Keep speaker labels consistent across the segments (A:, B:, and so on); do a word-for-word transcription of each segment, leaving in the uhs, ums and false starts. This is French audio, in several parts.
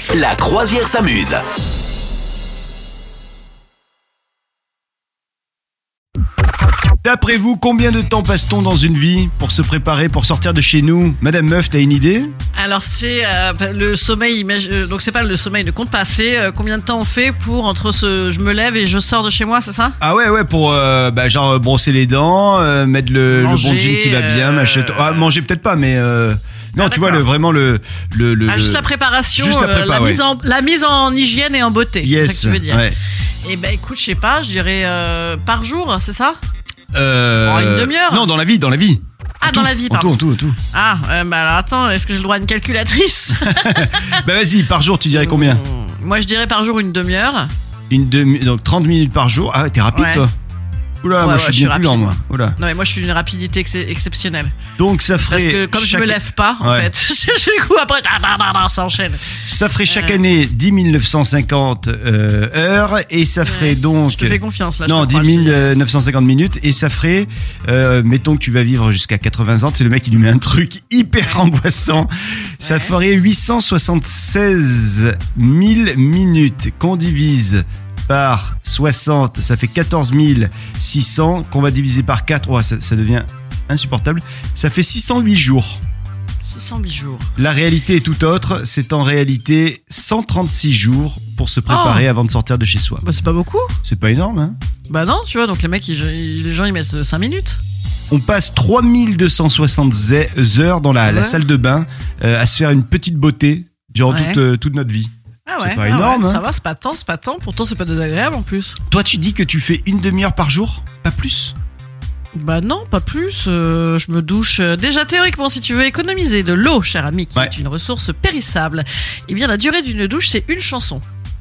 A: La croisière s'amuse.
B: D'après vous, combien de temps passe-t-on dans une vie pour se préparer, pour sortir de chez nous? Madame Meuf, t'as une idée?
C: Alors c'est euh, le sommeil, imagi- euh, donc c'est pas le sommeil ne compte pas assez. Euh, combien de temps on fait pour entre ce je me lève et je sors de chez moi, c'est ça?
B: Ah ouais, ouais, pour euh, bah, genre euh, brosser les dents, euh, mettre le,
C: Manger,
B: le bon jean qui va bien,
C: euh,
B: machin. Ah, manger peut-être pas, mais euh, non,
C: Ah,
B: tu vois,
C: d'accord.
B: le, vraiment le... le, le
C: Ah, juste
B: le-
C: la préparation,
B: juste la
C: euh,
B: prépa,
C: la,
B: ouais.
C: mise en, la mise en hygiène et en beauté,
B: Yes,
C: c'est ça que tu veux dire.
B: ouais.
C: Et ben écoute, je sais pas, je dirais euh, par jour, c'est ça?
B: Euh,
C: En une demi-heure?
B: Non, dans la vie, dans la vie.
C: Ah,
B: En
C: dans
B: tout,
C: la vie,
B: en
C: pardon.
B: tout, en tout, en tout.
C: Ah, euh, bah alors attends, est-ce que j'ai le droit à une calculatrice?
B: Bah vas-y, par jour, tu dirais combien?
C: Mmh, Moi je dirais par jour une demi-heure.
B: Une demi, donc trente minutes par jour. Ah, t'es rapide,
C: Ouais.
B: toi. Oula,
C: Ouais,
B: moi
C: ouais,
B: je suis
C: je suis
B: bien plus lent,
C: rapide.
B: moi. Oula.
C: Non mais moi je suis d'une rapidité ex- exceptionnelle.
B: Donc ça ferait.
C: Parce que comme
B: chaque...
C: je me lève pas, en
B: Ouais.
C: fait, du coup après, ah, bah, bah, bah, ça enchaîne.
B: Ça ferait chaque
C: Ouais.
B: année dix mille neuf cent cinquante euh, heures et ça ferait
C: Ouais.
B: donc.
C: Je te fais confiance là. je
B: Non,
C: te
B: dix
C: crois, je te dis.
B: mille neuf cent cinquante minutes et ça ferait, euh, mettons que tu vas vivre jusqu'à quatre-vingts ans, c'est le mec qui lui met un truc hyper angoissant, ça
C: Ouais.
B: ferait huit cent soixante-seize mille minutes qu'on divise par soixante, ça fait quatorze mille six cents, qu'on va diviser par quatre, oh, ça, ça devient insupportable, ça fait six cent huit jours.
C: six cent huit jours.
B: La réalité est tout autre, c'est en réalité cent trente-six jours pour se préparer
C: Oh.
B: avant de sortir de chez soi.
C: Bah c'est pas beaucoup.
B: C'est pas énorme, hein?
C: Bah non, tu vois, donc les mecs, ils- ils- les gens ils mettent cinq minutes.
B: On passe trois mille deux cent soixante heures dans la, la
C: Ouais.
B: salle de bain euh, à se faire une petite beauté durant
C: Ouais.
B: toute, euh, toute notre vie.
C: Ah
B: C'est
C: ouais.
B: pas
C: ah
B: énorme,
C: ouais,
B: hein.
C: Ça va, c'est pas tant, c'est pas tant. Pourtant c'est pas désagréable en plus.
B: Toi, tu dis que tu fais une demi-heure par jour? Pas plus?
C: Bah non, pas plus. euh, je me douche. euh, Déjà théoriquement, si tu veux économiser de l'eau, cher ami, qui
B: Ouais.
C: est une ressource périssable, eh bien la durée d'une douche c'est une chanson.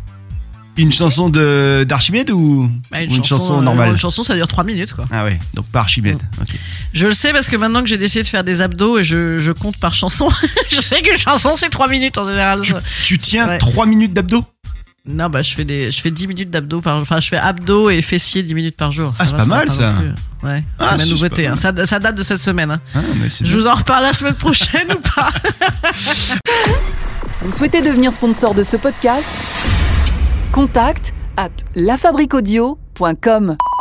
B: Une chanson de d'Archimède ou,
C: Bah,
B: ou une chanson
C: euh,
B: normale?
C: Une chanson ça dure trois minutes quoi.
B: Ah ouais, donc pas Archimède. Ok.
C: Je le sais parce que maintenant que j'ai décidé de faire des abdos et je, je compte par chanson, je sais qu'une chanson c'est trois minutes en général.
B: Tu, tu tiens
C: Ouais.
B: trois minutes d'abdos?
C: Non, bah je fais des, je fais dix minutes d'abdos par, enfin je fais abdos et fessiers dix minutes par jour.
B: Ah,
C: Ça
B: c'est
C: va,
B: pas
C: va
B: mal, ça.
C: non plus. Ouais,
B: Ah,
C: c'est ma
B: si, c'est
C: nouveauté.
B: pas
C: hein.
B: mal.
C: Ça, ça date de cette semaine. Hein.
B: Ah, mais c'est
C: Je
B: bien.
C: vous en reparle la semaine prochaine ou pas?
D: Vous souhaitez devenir sponsor de ce podcast? Contact à la fabrique audio point com.